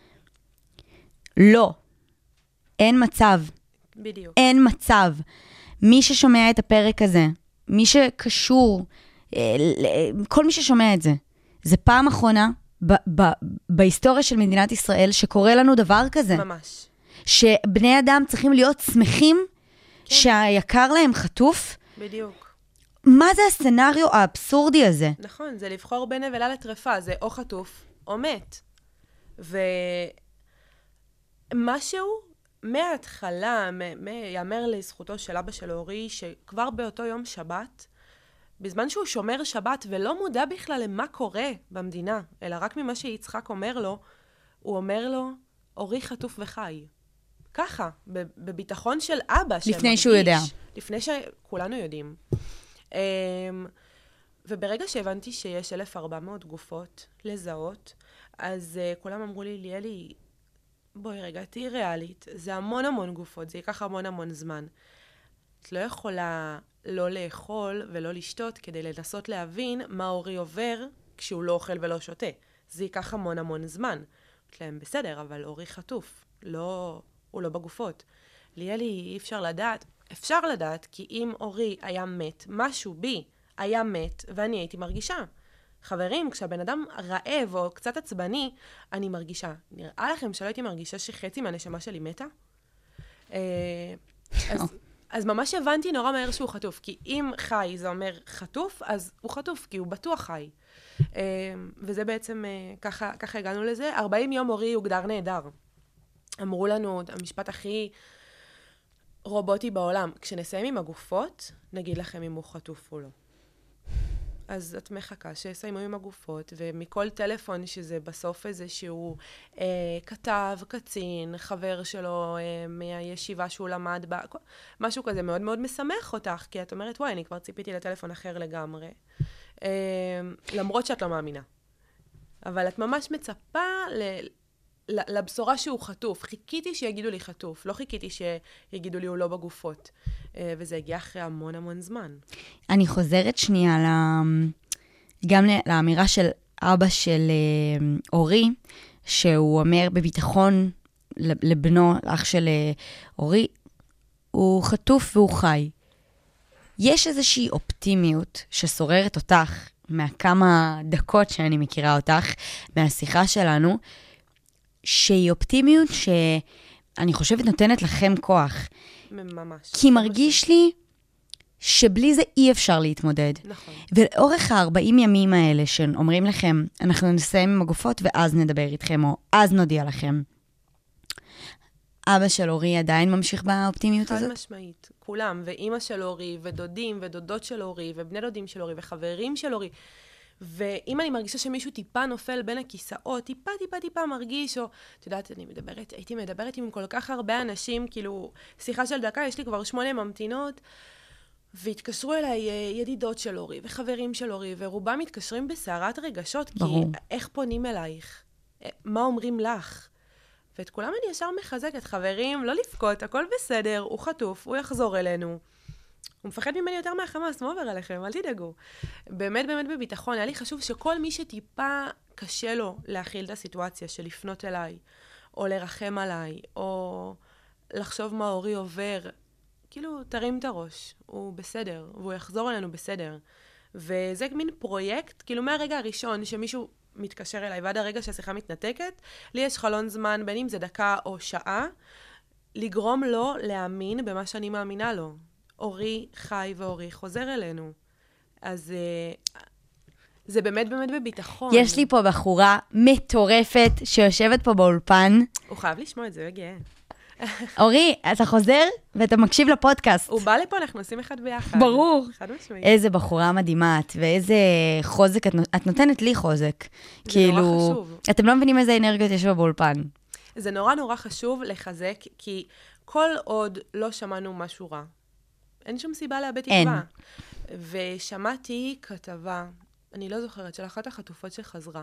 לא. אין מצב. בדיוק. אין מצב. מי ששומע את הפרק הזה, מי שקשור, כל מי ששומע את זה, זה פעם אחרונה ב- ב- בהיסטוריה של מדינת ישראל שקורה לנו דבר כזה. ממש. שבני אדם צריכים להיות שמחים כן. שהיקר להם חטוף. בדיוק. מה זה הסצנריו האבסורדי הזה? נכון, זה לבחור בין נבלה לטרפה, זה או חטוף או מת. ומשהו מההתחלה, יאמר לזכותו של אבא של אורי, שכבר באותו יום שבת, בזמן שהוא שומר שבת ולא מודע בכלל למה קורה במדינה, אלא רק ממה שיצחק אומר לו, הוא אומר לו, אורי חטוף וחי. ככה, בביטחון של אבא. לפני שהוא יודע. לפני שכולנו יודעים. וברגע שהבנתי שיש אלף וארבע מאות גופות לזהות, אז כולם אמרו לי, ליאלי, בואי רגע, תהי ריאלית, זה המון המון גופות, זה ייקח המון המון זמן. את לא יכולה לא לאכול ולא לשתות כדי לנסות להבין מה אורי עובר כשהוא לא אוכל ולא שותה. זה ייקח המון המון זמן. את להם בסדר, אבל אורי חטוף, לא, הוא לא בגופות. ליאלי, אי אפשר לדעת, אפשר לדעת, כי אם אורי היה מת, משהו בי היה מת, ואני הייתי מרגישה. חברים, כשהבן אדם רעב או קצת עצבני, אני מרגישה. נראה לכם שלא הייתי מרגישה שחצי מהנשמה שלי מתה? אז, אז ממש הבנתי נורא מהר שהוא חטוף, כי אם חי זה אומר חטוף, אז הוא חטוף, כי הוא בטוח חי. וזה בעצם, ככה, ככה הגענו לזה. ארבעים יום אורי הוגדר נהדר. אמרו לנו, המשפט הכי רובוטי בעולם, כשנסיים עם הגופות, נגיד לכם אם הוא חטוף או לא. אז את מחכה שסיימו עם הגופות, ומכל טלפון שזה בסוף איזשהו אה, כתב, קצין, חבר שלו אה, מהישיבה שהוא למד בה, משהו כזה מאוד מאוד משמח אותך, כי את אומרת, וואי, אני כבר ציפיתי לטלפון אחר לגמרי. אה, למרות שאת לא מאמינה. אבל את ממש מצפה ל... לבשורה שהוא חטוף. חיכיתי שיגידו לי חטוף, לא חיכיתי שיגידו לי הוא לא בגופות. וזה הגיע אחרי המון המון זמן. אני חוזרת שנייה גם לאמירה של אבא של אורי, שהוא אומר בביטחון לבנו, אח של אורי, הוא חטוף והוא חי. יש איזושהי אופטימיות ששוררת אותך מהכמה דקות שאני מכירה אותך, מהשיחה שלנו, שהיא אופטימיות שאני חושבת נותנת לכם כוח. ממש. כי מרגיש לי שבלי זה אי אפשר להתמודד. נכון. ולאורך ה-ארבעים ימים האלה שאומרים לכם, אנחנו נסיים עם הגופות ואז נדבר איתכם, או אז נודיע לכם. אבא של אורי עדיין ממשיך באופטימיות הזאת? חד משמעית, כולם, ואימא של אורי, ודודים, ודודות של אורי, ובני דודים של אורי, וחברים של אורי. ואם אני מרגישה שמישהו טיפה נופל בין הכיסאות, טיפה, טיפה, טיפה מרגיש, או, את יודעת, אני מדברת, הייתי מדברת עם כל כך הרבה אנשים, כאילו, שיחה של דקה, יש לי כבר שמונה ממתינות, והתקשרו אליי ידידות של אורי, וחברים של אורי, ורובם מתקשרים בסערת רגשות, ברור. כי איך פונים אלייך? מה אומרים לך? ואת כולם אני ישר מחזקת, חברים, לא לפקוט, הכל בסדר, הוא חטוף, הוא יחזור אלינו. הוא מפחד ממני יותר מהחמאס, מה עובר עליכם? אל תדאגו. באמת, באמת בביטחון, היה לי חשוב שכל מי שטיפה קשה לו להכיל את הסיטואציה של לפנות אליי, או לרחם עליי, או לחשוב מה אורי עובר, כאילו, תרים את הראש, הוא בסדר, והוא יחזור אלינו בסדר. וזה מין פרויקט, כאילו מהרגע הראשון שמישהו מתקשר אליי, ועד הרגע שהשיחה מתנתקת, לי יש חלון זמן, בין אם זה דקה או שעה, לגרום לו להאמין במה שאני מאמינה לו. אורי חי ואורי חוזר אלינו. אז זה באמת באמת בביטחון. יש לי פה בחורה מטורפת שיושבת פה באולפן. הוא חייב לשמוע את זה, הוא גאה. אורי, אתה חוזר ואתה מקשיב לפודקאסט. הוא בא לפה, אנחנו עושים אחד ביחד. ברור. חד משמעית. איזה בחורה מדהימה את, ואיזה חוזק, את, את נותנת לי חוזק. זה כאילו, נורא חשוב. אתם לא מבינים איזה אנרגיות יש באולפן. זה נורא נורא חשוב לחזק, כי כל עוד לא שמענו משהו רע, אין שום סיבה לאבד תקווה. אין. ושמעתי כתבה, אני לא זוכרת, של אחת החטופות שחזרה.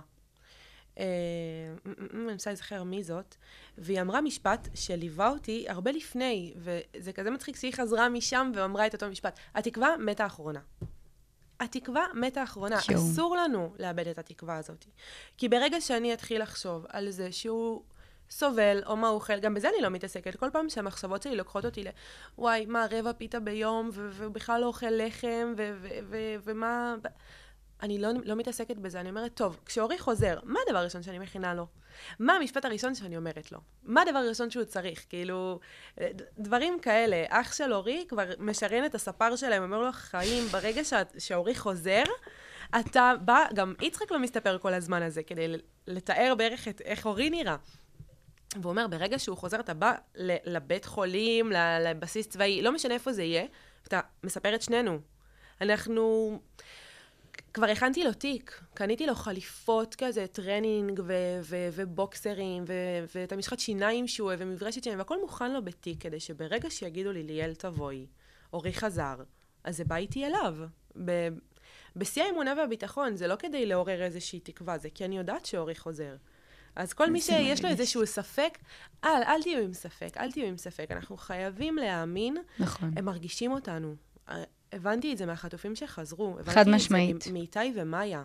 אני מנסה לזכר מי זאת, והיא אמרה משפט שליווה אותי הרבה לפני, וזה כזה מצחיק שהיא חזרה משם ואמרה את אותו משפט. התקווה מתה האחרונה. התקווה מתה האחרונה. שום. אסור לנו לאבד את התקווה הזאת. כי ברגע שאני אתחיל לחשוב על זה שהוא סובל או מה הוא אוכל, גם בזה אני לא מתעסקת. כל פעם שהמחשבות שלי לוקחות אותי ל... וואי, מה, רבע פיתה ביום, ו- ובכלל לא אוכל לחם, ו- ו- ו- ומה... אני לא, לא מתעסקת בזה, אני אומרת, טוב, כשאורי חוזר, מה הדבר הראשון שאני מכינה לו? מה המשפט הראשון שאני אומרת לו? מה הדבר הראשון שהוא צריך? כאילו, דברים כאלה. אח של אורי כבר משרן את הספר שלהם, אומר לו, חיים, ברגע שאורי חוזר, אתה בא, גם יצחק לא מסתפר כל הזמן הזה, כדי לתאר בערך את איך אורי נראה. והוא אומר, ברגע שהוא חוזר, אתה בא לבית חולים, לבסיס צבאי, לא משנה איפה זה יהיה, אתה מספר את שנינו. אנחנו... כבר הכנתי לו תיק, קניתי לו חליפות כזה, טרנינג ו- ו- ובוקסרים, ו- ואת המשחת שיניים שהוא אוהב, ומברשת שיניים, והכל מוכן לו בתיק, כדי שברגע שיגידו לי, ליאל תבואי, אורי חזר, אז זה בא איתי אליו. ב- בשיא האמונה והביטחון, זה לא כדי לעורר איזושהי תקווה, זה כי אני יודעת שאורי חוזר. אז כל מי שיש לו איזשהו ספק, אל, אל תהיו עם ספק, אל תהיו עם ספק. אנחנו חייבים להאמין, נכון. הם מרגישים אותנו. הבנתי את זה מהחטופים שחזרו. חד משמעית. הבנתי את זה מאיתי ומאיה.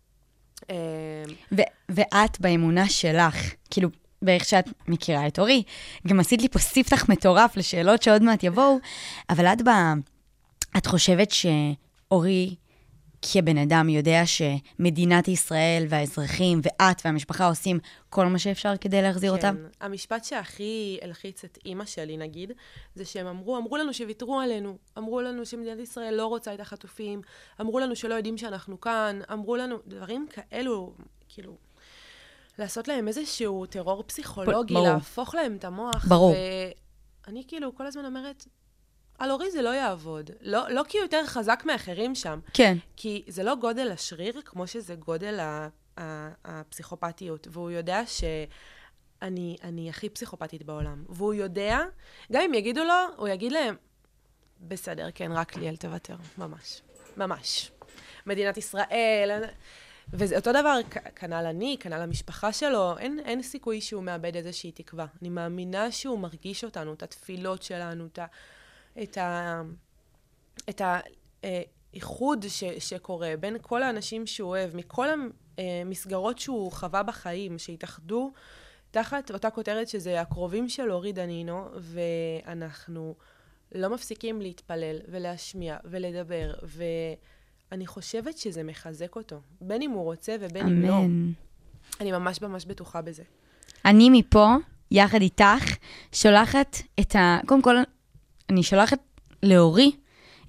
ו- ואת באמונה שלך, כאילו, בערך שאת מכירה את אורי, גם עשית לי פה ספתח מטורף לשאלות שעוד מעט יבואו, אבל את בא... את חושבת שאורי כבן אדם יודע שמדינת ישראל והאזרחים ואת והמשפחה עושים כל מה שאפשר כדי להחזיר אותם? כן. המשפט שהכי הלחיץ את אימא שלי, נגיד, זה שהם אמרו, אמרו לנו שוויתרו עלינו, אמרו לנו שמדינת ישראל לא רוצה את החטופים, אמרו לנו שלא יודעים שאנחנו כאן, אמרו לנו דברים כאלו, כאילו, לעשות להם איזשהו טרור פסיכולוגי, ברור. להפוך להם את המוח. ברור. ואני כאילו כל הזמן אומרת, על אורי זה לא יעבוד. לא, לא כי הוא יותר חזק מאחרים שם. כן. כי זה לא גודל השריר, כמו שזה גודל ה- ה- הפסיכופתיות. והוא יודע שאני אני הכי פסיכופתית בעולם. והוא יודע, גם אם יגידו לו, הוא יגיד להם, בסדר, כן, רק לי, אל תוותר. ממש. ממש. מדינת ישראל. וזה אותו דבר, כנ"ל אני, כנ"ל המשפחה שלו, אין, אין סיכוי שהוא מאבד איזושהי תקווה. אני מאמינה שהוא מרגיש אותנו, את התפילות שלנו, את ה... את ה... את האיחוד ש... שקורה בין כל האנשים שהוא אוהב, מכל המסגרות שהוא חווה בחיים, שהתאחדו תחת אותה כותרת שזה הקרובים של אורי דנינו, ואנחנו לא מפסיקים להתפלל ולהשמיע ולדבר, ואני חושבת שזה מחזק אותו, בין אם הוא רוצה ובין אם לא. אמן. אני ממש ממש בטוחה בזה. אני מפה, יחד איתך, שולחת את ה... קודם כל, אני שולחת לאורי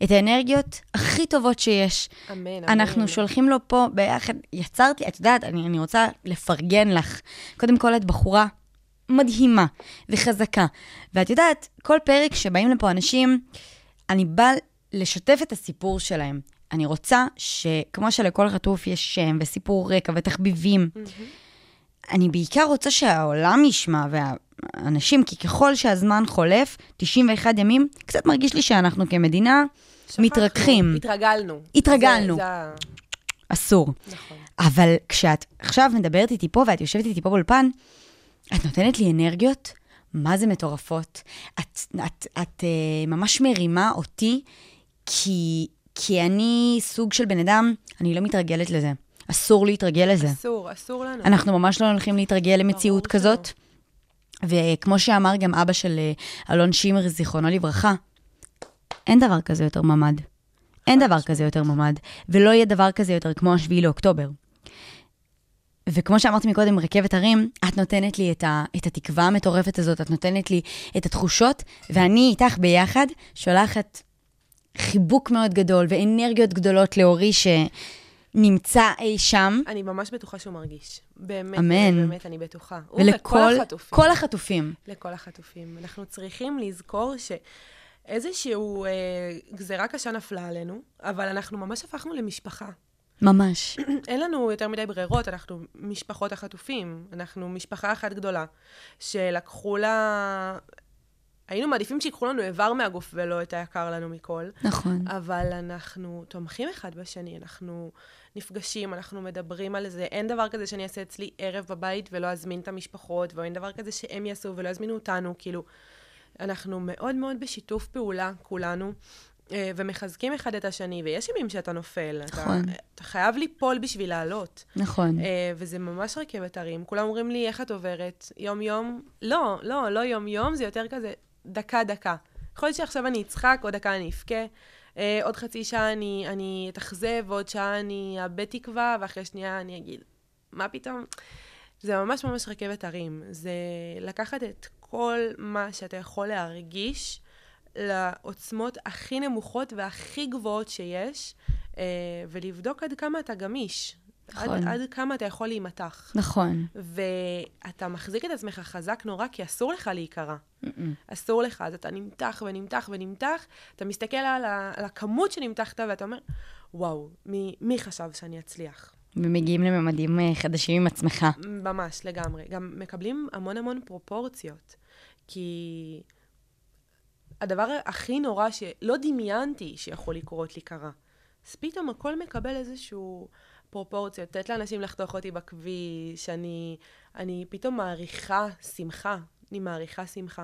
את האנרגיות הכי טובות שיש. אמן, אמן. אנחנו שולחים לו פה ביחד, יצרתי, את יודעת, אני, אני רוצה לפרגן לך. קודם כל, את בחורה מדהימה וחזקה. ואת יודעת, כל פרק שבאים לפה אנשים, אני באה לשתף את הסיפור שלהם. אני רוצה שכמו שלכל חטוף יש שם וסיפור רקע ותחביבים, mm-hmm. אני בעיקר רוצה שהעולם ישמע והאנשים, כי ככל שהזמן חולף, תשעים ואחד ימים, קצת מרגיש לי שאנחנו כמדינה שפחנו, מתרככים. התרגלנו. התרגלנו. זה, זה... אסור. נכון. אבל כשאת עכשיו מדברת איתי פה ואת יושבת איתי פה באולפן, את נותנת לי אנרגיות, מה זה מטורפות? את, את, את, את uh, ממש מרימה אותי, כי, כי אני סוג של בן אדם, אני לא מתרגלת לזה. אסור להתרגל לזה. אסור, אסור לנו. אנחנו ממש לא הולכים להתרגל למציאות כזאת. וכמו שאמר גם אבא של uh, אלון שימר, זיכרונו לברכה, אין דבר כזה יותר ממד. אין דבר כזה יותר ממד. ולא יהיה דבר כזה יותר כמו השביעי לאוקטובר. וכמו שאמרתי מקודם, רכבת הרים, את נותנת לי את, ה, את התקווה המטורפת הזאת, את נותנת לי את התחושות, ואני איתך ביחד שולחת חיבוק מאוד גדול ואנרגיות גדולות לאורי שנמצא אי שם. אני ממש בטוחה שהוא מרגיש. באמת, אמן. באמת, אני בטוחה. ולכל החטופים. כל החטופים. לכל החטופים. אנחנו צריכים לזכור שאיזשהו אה, גזרה קשה נפלה עלינו, אבל אנחנו ממש הפכנו למשפחה. ממש. אין לנו יותר מדי ברירות, אנחנו משפחות החטופים, אנחנו משפחה אחת גדולה, שלקחו לה... היינו מעדיפים שיקחו לנו איבר מהגוף ולא את היקר לנו מכל. נכון. אבל אנחנו תומכים אחד בשני, אנחנו נפגשים, אנחנו מדברים על זה. אין דבר כזה שאני אעשה אצלי ערב בבית ולא אזמין את המשפחות, ואין דבר כזה שהם יעשו ולא יזמינו אותנו, כאילו, אנחנו מאוד מאוד בשיתוף פעולה, כולנו. ומחזקים אחד את השני, ויש ימים שאתה נופל. נכון. אתה, אתה חייב ליפול בשביל לעלות. נכון. וזה ממש רכבת הרים. כולם אומרים לי, איך את עוברת? יום-יום? לא, לא, לא יום-יום, זה יותר כזה דקה-דקה. יכול להיות שעכשיו אני אצחק, עוד דקה אני אפקה, עוד חצי שעה אני, אני אתאכזב, ועוד שעה אני אאבד תקווה, ואחרי שנייה אני אגיד, מה פתאום? זה ממש ממש רכבת הרים. זה לקחת את כל מה שאתה יכול להרגיש, לעוצמות הכי נמוכות והכי גבוהות שיש, אה, ולבדוק עד כמה אתה גמיש. נכון. עד, עד כמה אתה יכול להימתח. נכון. ואתה מחזיק את עצמך חזק נורא, כי אסור לך להיקרא. Mm-mm. אסור לך, אז אתה נמתח ונמתח ונמתח, אתה מסתכל על, ה, על הכמות שנמתחת, ואתה אומר, וואו, מי, מי חשב שאני אצליח? ומגיעים לממדים חדשים עם עצמך. ממש, לגמרי. גם מקבלים המון המון פרופורציות, כי... הדבר הכי נורא שלא דמיינתי שיכול לקרות לי קרה. אז פתאום הכל מקבל איזשהו פרופורציות. לתת לאנשים לחתוך אותי בכביש, אני, אני פתאום מעריכה שמחה. אני מעריכה שמחה.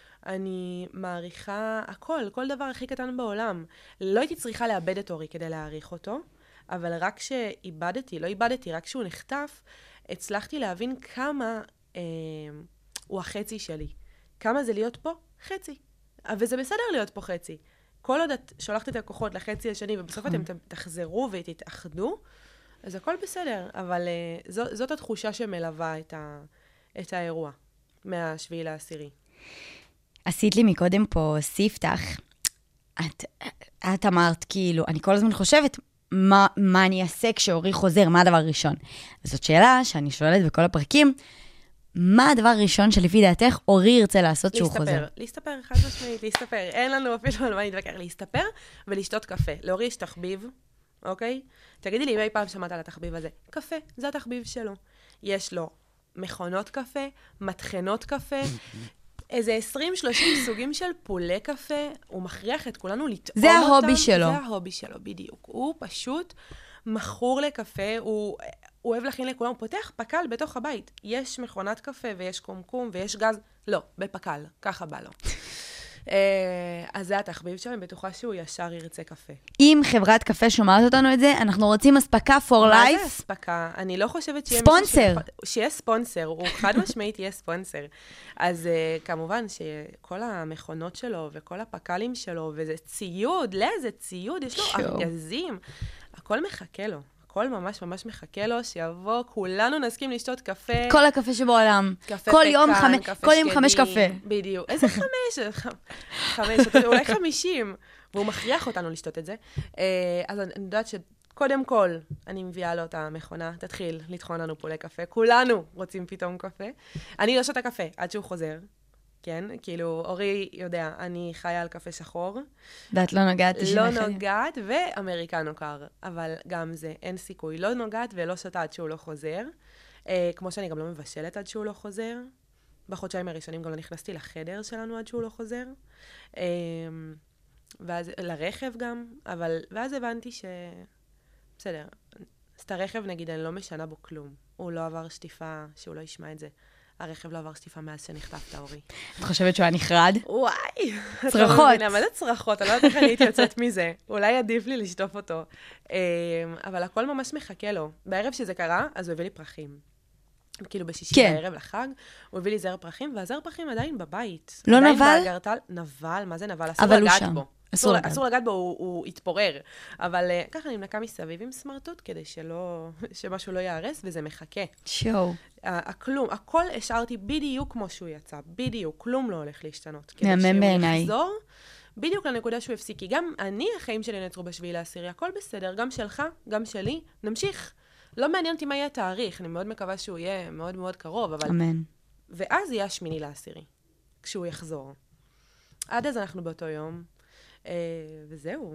אני מעריכה הכל, כל דבר הכי קטן בעולם. לא הייתי צריכה לאבד את אורי כדי להעריך אותו, אבל רק שאיבדתי, לא איבדתי, רק שהוא נחטף, הצלחתי להבין כמה אה, הוא החצי שלי. כמה זה להיות פה? חצי. וזה בסדר להיות פה חצי. כל עוד את שולחת את הכוחות לחצי השני, ובסוף אתם תחזרו ותתאחדו, אז הכל בסדר. אבל uh, זו, זאת התחושה שמלווה את, ה, את האירוע, מהשביעי לעשירי. עשית לי מקודם פה ספתח. את, את אמרת כאילו, אני כל הזמן חושבת, מה, מה אני אעשה כשאורי חוזר, מה הדבר הראשון? וזאת שאלה שאני שואלת בכל הפרקים, מה הדבר הראשון שלפי דעתך אורי ירצה לעשות שהוא חוזר? להסתפר, להסתפר, חד משמעית, להסתפר. אין לנו אפילו על מה להתווכח, להסתפר ולשתות קפה. לאורי יש תחביב, אוקיי? תגידי לי אם אי פעם שמעת על התחביב הזה. קפה, זה התחביב שלו. יש לו מכונות קפה, מטחנות קפה, איזה עשרים שלושים סוגים של פולי קפה, הוא מכריח את כולנו לטעום אותם. זה ההובי שלו. זה ההובי שלו, בדיוק. הוא פשוט מכור לקפה, הוא... הוא אוהב להכין לכולם, הוא פותח פקל בתוך הבית. יש מכונת קפה ויש קומקום ויש גז. לא, בפקל, ככה בא לו. אז זה התחביב שלו, אני בטוחה שהוא ישר ירצה קפה. אם חברת קפה שומעת אותנו את זה, אנחנו רוצים הספקה for life. מה זה הספקה? אני לא חושבת שיהיה ספונסר. שיהיה ספונסר, הוא חד משמעית יהיה ספונסר. אז כמובן שכל המכונות שלו וכל הפקלים שלו, וזה ציוד, לאיזה ציוד, יש לו ארגזים. הכל מחכה לו. הכל ממש ממש מחכה לו, שיבוא, כולנו נסכים לשתות קפה. כל הקפה שבעולם. קפה כל פקן, יום חמש, קפה כל יום שקדים. חמש קפה. בדיוק. איזה חמש? חמש, אולי חמישים. והוא מכריח אותנו לשתות את זה. אז אני יודעת שקודם כל, אני מביאה לו את המכונה, תתחיל לטחון לנו פה לקפה. כולנו רוצים פתאום קפה. אני לא שותה קפה עד שהוא חוזר. כן, כאילו, אורי יודע, אני חיה על קפה שחור. ואת לא נוגעת תשעים ואחת. לא נוגעת, ואמריקנו קר. אבל גם זה, אין סיכוי. לא נוגעת ולא שותה עד שהוא לא חוזר. אה, כמו שאני גם לא מבשלת עד שהוא לא חוזר. בחודשיים הראשונים גם לא נכנסתי לחדר שלנו עד שהוא לא חוזר. אה, ואז, לרכב גם, אבל, ואז הבנתי ש... בסדר, אז את הרכב, נגיד, אני לא משנה בו כלום. הוא לא עבר שטיפה, שהוא לא ישמע את זה. הרכב לא עבר שטיפה מאז שנחטפת, אורי. את חושבת שהוא היה נחרד? וואי. צרחות. מה זה צרחות? אני לא יודעת איך אני הייתי יוצאת מזה. אולי עדיף לי לשטוף אותו. אבל הכל ממש מחכה לו. בערב שזה קרה, אז הוא הביא לי פרחים. כאילו בשישי כן. בערב לחג, הוא הביא לי זר פרחים, והזר פרחים עדיין בבית. לא עדיין נבל? באגרטל, נבל, מה זה נבל? אסור אבל הוא לגעת שם. בו. אסור אסור, לגעת. אסור לגעת בו, הוא, הוא יתפורר. אבל uh, ככה אני מנקה מסביב עם סמרטוט, כדי שלא, שמשהו לא יערס, וזה מחכה. שואו. הכלום, הכל השארתי בדיוק כמו שהוא יצא, בדיוק, כלום לא הולך להשתנות. מהמם בעיניי. כדי שהוא יחזור, בדיוק לנקודה שהוא הפסיק. כי גם אני, החיים שלי נעצרו בשביעי לעשירי, הכל בסדר, גם שלך, גם שלי, נמשיך. לא מעניין אותי מה יהיה התאריך, אני מאוד מקווה שהוא יהיה מאוד מאוד קרוב, אבל... אמן. ואז יהיה השמיני לעשירי, כשהוא יחזור. עד אז אנחנו באותו יום, אה, וזהו.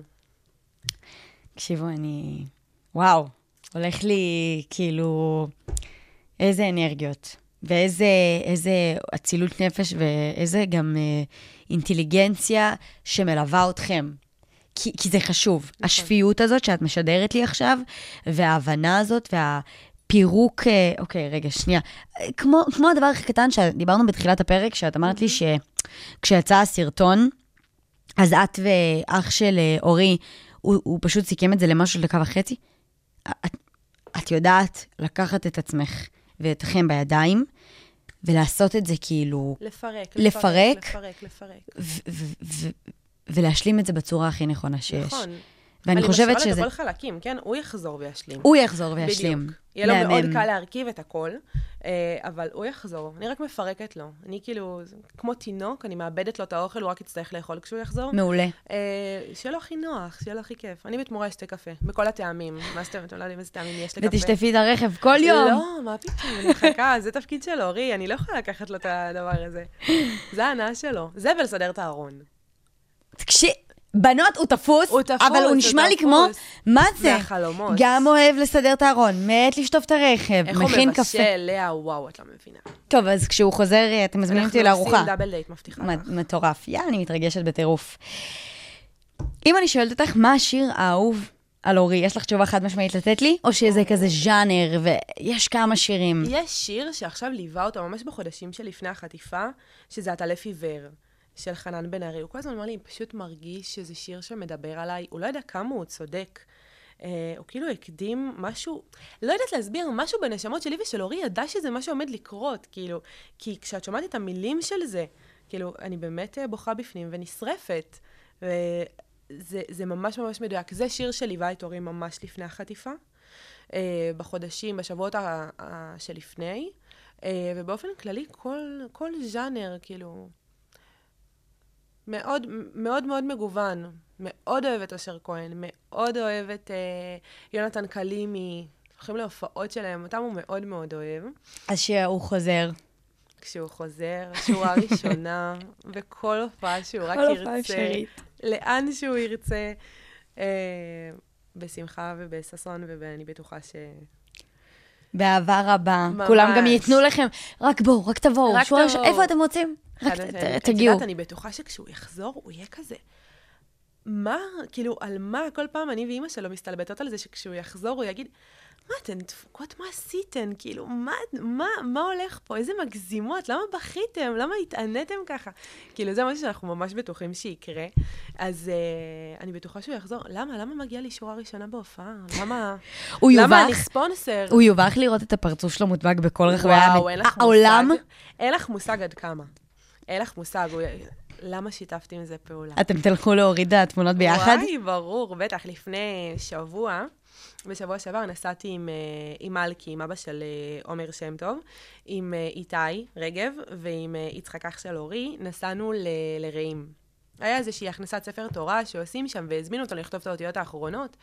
תקשיבו, אני... וואו, הולך לי כאילו... איזה אנרגיות, ואיזה איזה אצילות נפש, ואיזה גם אה, אינטליגנציה שמלווה אתכם. כי, כי זה חשוב. נכון. השפיות הזאת שאת משדרת לי עכשיו, וההבנה הזאת, והפירוק... אה, אוקיי, רגע, שנייה. כמו, כמו הדבר הכי קטן שדיברנו בתחילת הפרק, שאת אמרת לי שכשיצא הסרטון, אז את ואח של אורי, הוא, הוא פשוט סיכם את זה למשהו של דקה וחצי. את, את יודעת לקחת את עצמך ואתכם בידיים, ולעשות את זה כאילו... לפרק, לפרק, לפרק, לפרק. ו- ו- ו- ולהשלים את זה בצורה הכי נכונה שיש. נכון. ואני חושבת שזה... אני משאולה את הכל חלקים, כן? הוא יחזור וישלים. הוא יחזור וישלים. בדיוק. יהיה לו מאוד קל להרכיב את הכל, אבל הוא יחזור. אני רק מפרקת לו. אני כאילו, כמו תינוק, אני מאבדת לו את האוכל, הוא רק יצטרך לאכול כשהוא יחזור. מעולה. שיהיה לו הכי נוח, שיהיה לו הכי כיף. אני בתמורה אשתה קפה, בכל הטעמים. מה שאתם, אתם לא יודעים איזה טעמים יש לקפה. ותשטפי את הרכב כל יום. לא, מה פתאום, אני מחכה, זה תפקיד של אורי, אני לא יכולה לקחת לו את הדבר הזה. זה ההנאה שלו. זה ולסדר את הארון. תקשיב, בנות הוא תפוס, הוא תפוס, אבל הוא נשמע הוא לי תפוס. כמו, מה זה? מהחלומות. גם אוהב לסדר את הארון, מת לשטוף את הרכב, איך הוא מכין קפה. מבשל, לאה, וואו, את לא מבינה. טוב, אז כשהוא חוזר, אתם מזמינים אותי לארוחה. אנחנו עושים דאבל דייט, מבטיחה לך. מטורף. יאללה, אני מתרגשת בטירוף. אם אני שואלת אותך, מה השיר האהוב על אורי? יש לך תשובה חד משמעית לתת לי? או שזה כזה ז'אנר, ויש כמה שירים? יש שיר שעכשיו ליווה אותו ממש בחודשים שלפני החטיפה, שזה הטלף עיוור. של חנן בן ארי. הוא כל הזמן אמר לי, אני פשוט מרגיש שזה שיר שמדבר עליי. הוא לא יודע כמה הוא צודק. אה, הוא כאילו הקדים משהו, לא יודעת להסביר, משהו בנשמות שלי ושל אורי ידע שזה מה שעומד לקרות, כאילו, כי כשאת שומעת את המילים של זה, כאילו, אני באמת בוכה בפנים ונשרפת. וזה זה ממש ממש מדויק. זה שיר שליווה את אורי ממש לפני החטיפה, אה, בחודשים, בשבועות ה- ה- שלפני, אה, ובאופן כללי, כל, כל ז'אנר, כאילו... מאוד, מאוד מאוד מגוון. מאוד אוהבת אושר כהן, מאוד אוהבת אה, יונתן קלימי. הולכים להופעות שלהם, אותם הוא מאוד מאוד אוהב. אז שהוא חוזר. כשהוא חוזר, שורה ראשונה, וכל הופעה שהוא רק ירצה. לאן שהוא ירצה. אה, בשמחה ובששון, ואני בטוחה ש... באהבה רבה. ממש. כולם גם ייתנו לכם, רק בואו, רק תבואו. רק שורה, תבואו. איפה אתם רוצים? רק חד- ת- אני- ת- תגיעו. את יודעת, אני בטוחה שכשהוא יחזור, הוא יהיה כזה. מה, כאילו, על מה כל פעם אני ואימא שלו מסתלבטות על זה, שכשהוא יחזור הוא יגיד, מה אתן דפוקות, מה עשיתן? כאילו, מה, מה, מה הולך פה? איזה מגזימות? למה בכיתם? למה התעניתם ככה? כאילו, זה משהו שאנחנו ממש בטוחים שיקרה. אז uh, אני בטוחה שהוא יחזור. למה? למה מגיע לי שורה ראשונה בהופעה? למה? הוא למה יובך- אני ספונסר? הוא יובך לראות את הפרצוף שלו מודבק בכל רחבי וואו, אין לך העולם. מושג. אין לך מושג עד כמה. אין לך מושג. הוא... למה שיתפתי עם זה פעולה? אתם תלכו להוריד את התמונות ביחד? וואי, ברור, בטח, לפני שבוע, בשבוע שעבר נסעתי עם, עם מלכי, עם אבא של עומר שם טוב, עם איתי רגב ועם יצחק אח של אורי, נסענו ל, לרעים. היה איזושהי הכנסת ספר תורה שעושים שם, והזמינו אותו לכתוב את האותיות האחרונות,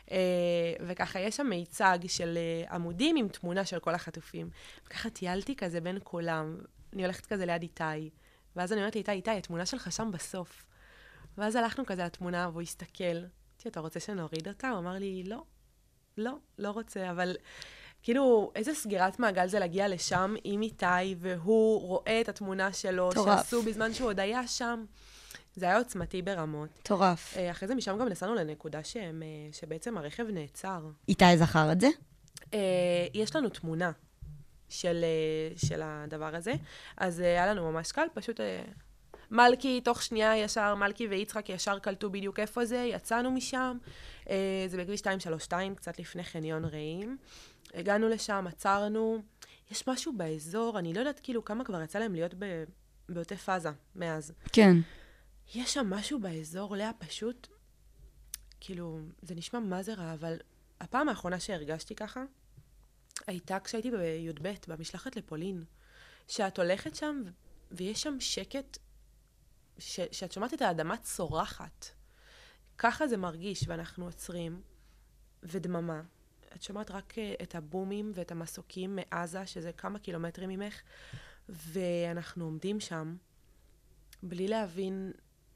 וככה יש שם מיצג של עמודים עם תמונה של כל החטופים. וככה טיילתי כזה בין כולם, אני הולכת כזה ליד איתי, ואז אני אומרת לי, איתי, איתי, התמונה שלך שם בסוף. ואז הלכנו כזה לתמונה, והוא הסתכל, אמרתי, אתה רוצה שנוריד אותה? הוא אמר לי, לא, לא, לא רוצה, אבל כאילו, איזה סגירת מעגל זה להגיע לשם עם איתי, והוא רואה את התמונה שלו, טורף. שעשו בזמן שהוא עוד היה שם. זה היה עוצמתי ברמות. טורף. אחרי זה משם גם נסענו לנקודה שהם, שבעצם הרכב נעצר. איתי זכר את זה? יש לנו תמונה של, של הדבר הזה, אז היה לנו ממש קל, פשוט מלכי, תוך שנייה ישר, מלכי ויצחק ישר קלטו בדיוק איפה זה, יצאנו משם, זה בכביש שתיים שלוש שתיים, קצת לפני חניון רעים, הגענו לשם, עצרנו, יש משהו באזור, אני לא יודעת כאילו כמה כבר יצא להם להיות ב, בעוטף עזה מאז. כן. יש שם משהו באזור, לאה פשוט, כאילו, זה נשמע מה זה רע, אבל הפעם האחרונה שהרגשתי ככה, הייתה כשהייתי בי"ב, במשלחת לפולין, שאת הולכת שם, ויש שם שקט, ש- שאת שומעת את האדמה צורחת. ככה זה מרגיש, ואנחנו עוצרים, ודממה. את שומעת רק את הבומים ואת המסוקים מעזה, שזה כמה קילומטרים ממך, ואנחנו עומדים שם, בלי להבין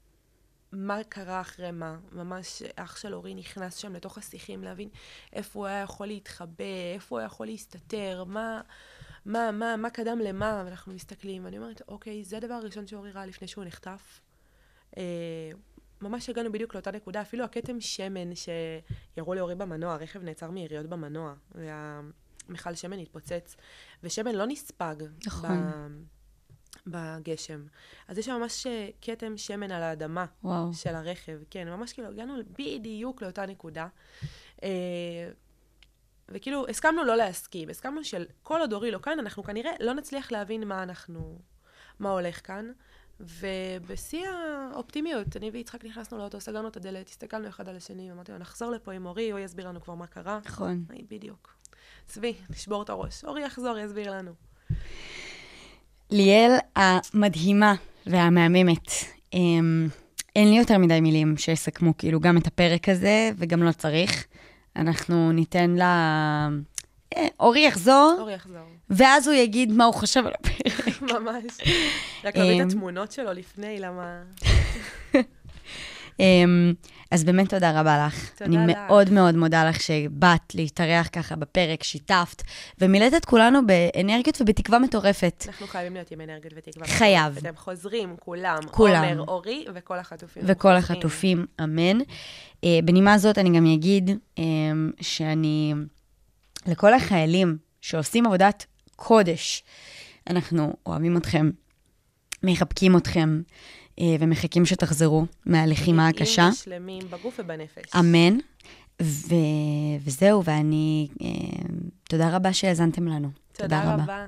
מה קרה אחרי מה. ממש אח של אורי נכנס שם לתוך השיחים, להבין איפה הוא היה יכול להתחבא, איפה הוא היה יכול להסתתר, מה, מה, מה, מה קדם למה, ואנחנו מסתכלים, ואני אומרת, אוקיי, זה הדבר הראשון שאורי ראה לפני שהוא נחטף. אה, ממש הגענו בדיוק לאותה נקודה, אפילו הכתם שמן שיראו לאורי במנוע, הרכב נעצר מיריות במנוע, והמיכל שמן התפוצץ, ושמן לא נספג. נכון. ב... בגשם. אז יש ממש כתם שמן על האדמה וואו. של הרכב. כן, ממש כאילו, הגענו בדיוק לאותה נקודה. וכאילו, הסכמנו לא להסכים. הסכמנו של כל עוד אורי לא כאן, אנחנו כנראה לא נצליח להבין מה אנחנו, מה הולך כאן. ובשיא האופטימיות, אני ויצחק נכנסנו לאוטו, סגרנו את הדלת, הסתכלנו אחד על השני, אמרתי לו, נחזור לפה עם אורי, הוא יסביר לנו כבר מה קרה. נכון. בדיוק. צבי, נשבור את הראש. אורי יחזור, יסביר לנו. ליאל המדהימה והמהממת, אין לי יותר מדי מילים שיסכמו כאילו גם את הפרק הזה, וגם לא צריך. אנחנו ניתן לה... אורי יחזור, אורי יחזור. ואז הוא יגיד מה הוא חושב על הפרק. ממש. רק להביא את התמונות שלו לפני, למה... אז באמת תודה רבה לך. תודה אני לך. מאוד מאוד מודה לך שבאת להתארח ככה בפרק, שיתפת, ומילאת את כולנו באנרגיות ובתקווה מטורפת. אנחנו חייבים להיות עם אנרגיות ותקווה. חייב. אתם חוזרים, כולם. כולם. עומר, אורי וכל החטופים. וכל חוזרים. החטופים, אמן. Uh, בנימה הזאת אני גם אגיד um, שאני, לכל החיילים שעושים עבודת קודש, אנחנו אוהבים אתכם, מחבקים אתכם, uh, ומחכים שתחזרו מהלחימה הקשה. בריאים ושלמים בגוף ובנפש. אמן. ו... וזהו, ואני, uh, תודה רבה שהאזנתם לנו. תודה רבה.